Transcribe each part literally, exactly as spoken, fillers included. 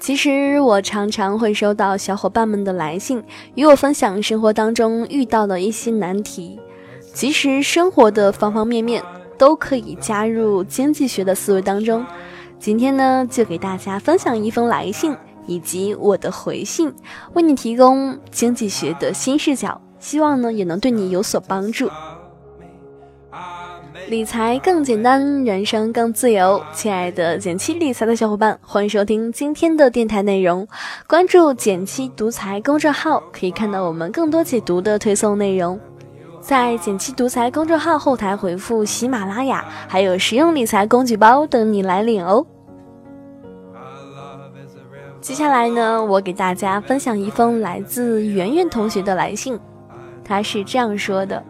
其实我常常会收到小伙伴们的来信，与我分享生活当中遇到的一些难题。其实生活的方方面面都可以加入经济学的思维当中。今天呢，就给大家分享一封来信以及我的回信，为你提供经济学的新视角，希望呢也能对你有所帮助。理财更简单，人生更自由。亲爱的减七理财的小伙伴，欢迎收听今天的电台内容。关注减七独裁公众号，可以看到我们更多解读的推送内容。在减七独裁公众号后台回复喜马拉雅，还有实用理财工具包等你来领哦。接下来呢，我给大家分享一封来自圆圆同学的来信，他是这样说的：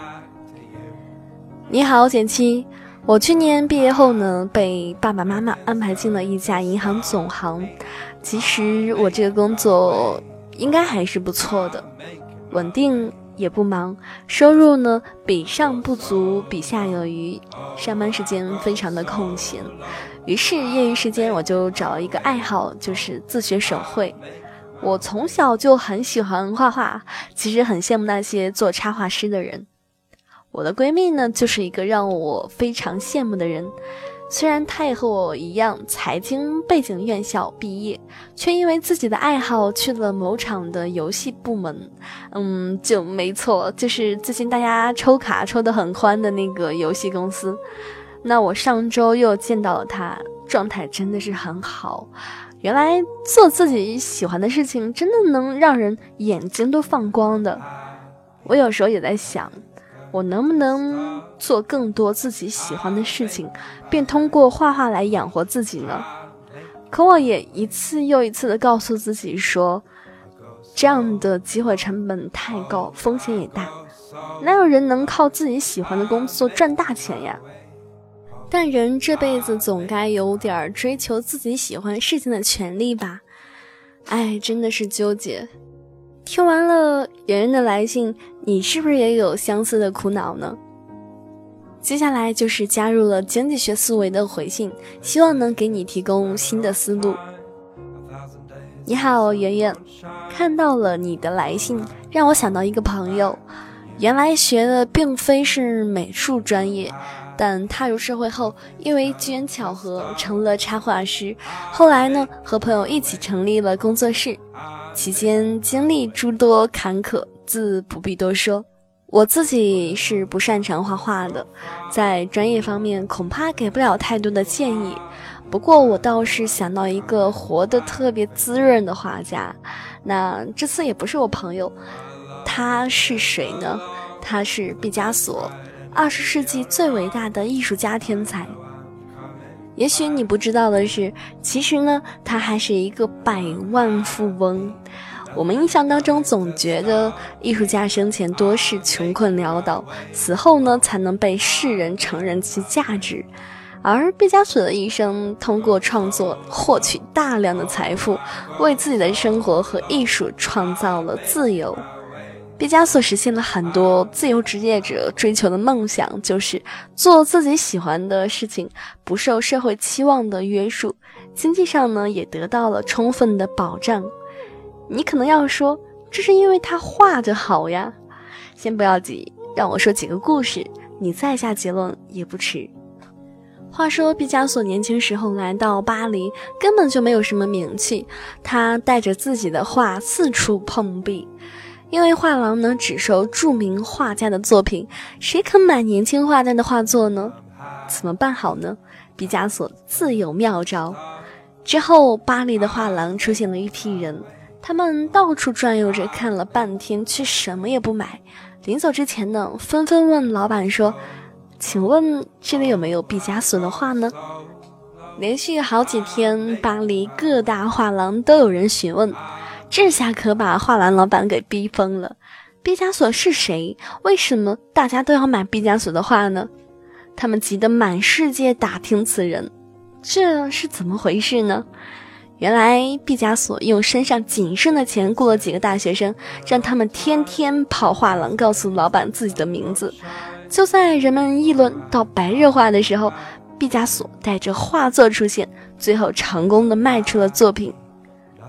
你好，减七，我去年毕业后呢，被爸爸妈妈安排进了一家银行总行。其实我这个工作应该还是不错的，稳定也不忙，收入呢比上不足，比下有余，上班时间非常的空闲。于是业余时间我就找一个爱好，就是自学手绘。我从小就很喜欢画画，其实很羡慕那些做插画师的人。我的闺蜜呢，就是一个让我非常羡慕的人。虽然她也和我一样财经背景院校毕业，却因为自己的爱好去了某厂的游戏部门。嗯，就没错，就是最近大家抽卡抽得很欢的那个游戏公司。那我上周又见到了她，状态真的是很好。原来做自己喜欢的事情真的能让人眼睛都放光的。我有时候也在想，我能不能做更多自己喜欢的事情，并通过画画来养活自己呢？可我也一次又一次地告诉自己说，这样的机会成本太高，风险也大，哪有人能靠自己喜欢的工作赚大钱呀？但人这辈子总该有点追求自己喜欢事情的权利吧。哎，真的是纠结。听完了圆圆的来信，你是不是也有相似的苦恼呢？接下来就是加入了经济学思维的回信，希望能给你提供新的思路。你好，圆圆，看到了你的来信，让我想到一个朋友，原来学的并非是美术专业，但踏入社会后，因为机缘巧合成了插画师，后来呢，和朋友一起成立了工作室。期间经历诸多坎坷，自不必多说。我自己是不擅长画画的，在专业方面恐怕给不了太多的建议。不过我倒是想到一个活得特别滋润的画家，那这次也不是我朋友，他是谁呢？他是毕加索，二十世纪最伟大的艺术家天才。也许你不知道的是，其实呢，他还是一个百万富翁。我们印象当中总觉得艺术家生前多是穷困潦倒，死后呢才能被世人承认其价值。而毕加索的一生通过创作获取大量的财富，为自己的生活和艺术创造了自由。毕加索实现了很多自由职业者追求的梦想，就是做自己喜欢的事情，不受社会期望的约束，经济上呢也得到了充分的保障。你可能要说，这是因为他画得好呀。先不要急，让我说几个故事，你再下结论也不迟。话说毕加索年轻时候来到巴黎，根本就没有什么名气，他带着自己的画四处碰壁。因为画廊呢只收著名画家的作品，谁肯买年轻画家的画作呢？怎么办好呢？毕加索自有妙招。之后巴黎的画廊出现了一批人，他们到处转悠着，看了半天却什么也不买。临走之前呢，纷纷问老板说，请问这里有没有毕加索的画呢？连续好几天，巴黎各大画廊都有人询问，这下可把画廊老板给逼疯了。毕加索是谁？为什么大家都要买毕加索的画呢？他们急得满世界打听此人，这是怎么回事呢？原来毕加索用身上仅剩的钱雇了几个大学生，让他们天天跑画廊告诉老板自己的名字。就在人们议论到白热化的时候，毕加索带着画作出现，最后成功的卖出了作品。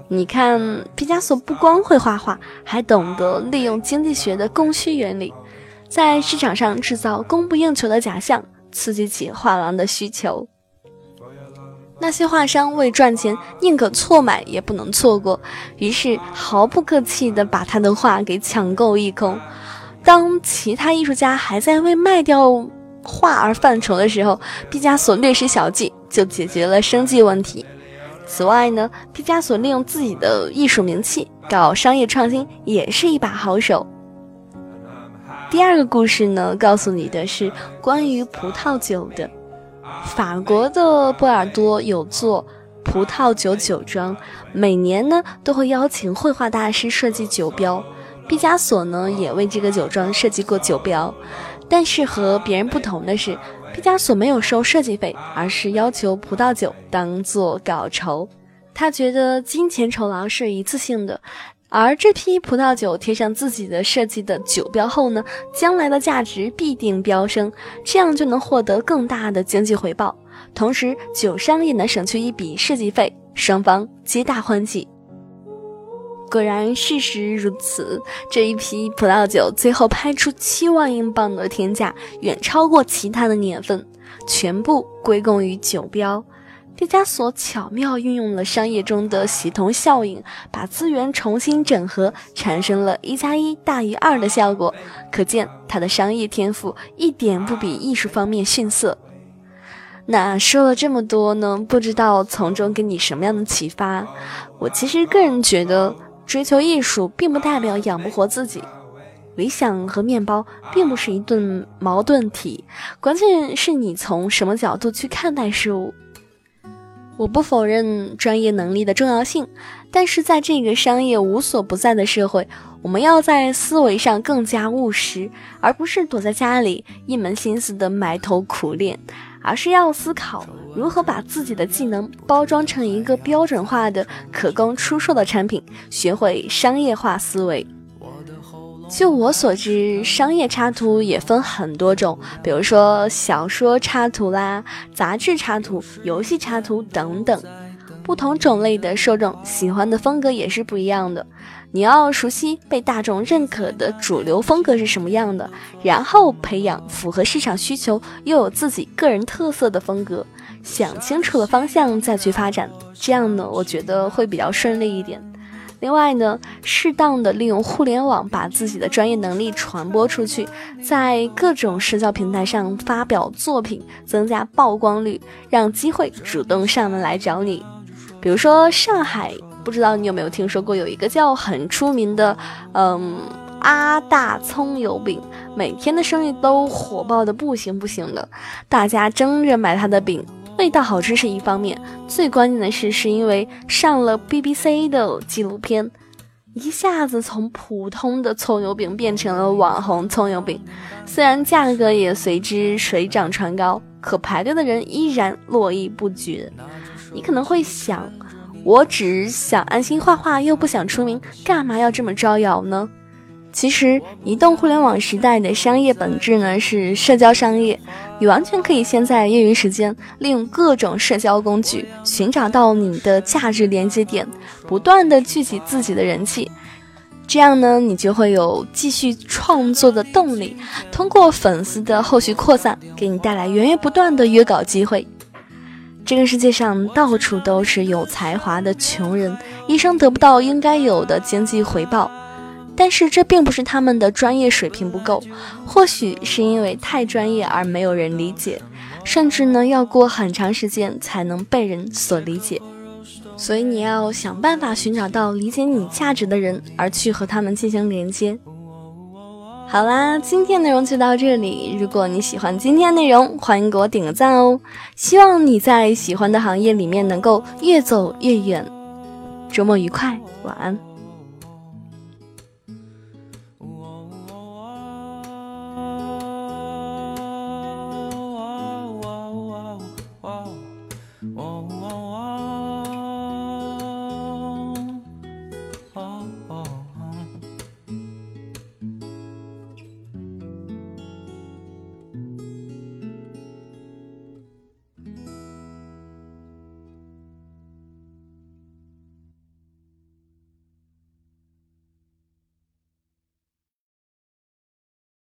你看，毕加索不光会画画，还懂得利用经济学的供需原理，在市场上制造供不应求的假象，刺激起画廊的需求。那些画商为赚钱，宁可错买也不能错过，于是毫不客气地把他的画给抢购一空。当其他艺术家还在为卖掉画而犯愁的时候，毕加索略施小计就解决了生计问题。此外呢，毕加索利用自己的艺术名气搞商业创新也是一把好手。第二个故事呢，告诉你的是关于葡萄酒的。法国的波尔多有座葡萄酒酒庄，每年呢都会邀请绘画大师设计酒标。毕加索呢也为这个酒庄设计过酒标，但是和别人不同的是，毕加索没有收设计费，而是要求葡萄酒当作稿酬。他觉得金钱酬劳是一次性的，而这批葡萄酒贴上自己的设计的酒标后呢，将来的价值必定飙升，这样就能获得更大的经济回报，同时酒商也能省去一笔设计费，双方皆大欢喜。果然事实如此，这一批葡萄酒最后拍出七万英镑的天价，远超过其他的年份，全部归功于酒标。毕加索巧妙运用了商业中的协同效应，把资源重新整合，产生了一加一大于二的效果，可见他的商业天赋一点不比艺术方面逊色。那说了这么多呢，不知道从中给你什么样的启发？我其实个人觉得，追求艺术并不代表养不活自己，理想和面包并不是一顿矛盾体，关键是你从什么角度去看待事物。我不否认专业能力的重要性，但是在这个商业无所不在的社会，我们要在思维上更加务实，而不是躲在家里一门心思的埋头苦练，而是要思考如何把自己的技能包装成一个标准化的可供出售的产品，学会商业化思维。就我所知，商业插图也分很多种，比如说小说插图啦、杂志插图、游戏插图等等。不同种类的受众喜欢的风格也是不一样的。你要熟悉被大众认可的主流风格是什么样的，然后培养符合市场需求又有自己个人特色的风格，想清楚了方向再去发展，这样呢，我觉得会比较顺利一点。另外呢，适当的利用互联网把自己的专业能力传播出去，在各种社交平台上发表作品，增加曝光率，让机会主动上门来找你。比如说上海，不知道你有没有听说过，有一个叫很出名的嗯阿大葱油饼，每天的生意都火爆的不行不行的，大家争着买它的饼。味道好吃是一方面，最关键的是是因为上了 B B C 的纪录片，一下子从普通的葱油饼变成了网红葱油饼。虽然价格也随之水涨船高，可排队的人依然络绎不绝。你可能会想，我只想安心画画，又不想出名，干嘛要这么招摇呢？其实移动互联网时代的商业本质呢是社交商业，你完全可以先在业余时间利用各种社交工具寻找到你的价值连接点，不断的聚集自己的人气，这样呢你就会有继续创作的动力，通过粉丝的后续扩散，给你带来源源不断的约稿机会。这个世界上到处都是有才华的穷人，一生得不到应该有的经济回报，但是这并不是他们的专业水平不够，或许是因为太专业而没有人理解，甚至呢要过很长时间才能被人所理解。所以你要想办法寻找到理解你价值的人，而去和他们进行连接。好啦，今天内容就到这里，如果你喜欢今天内容，欢迎给我点个赞哦。希望你在喜欢的行业里面能够越走越远。周末愉快，晚安。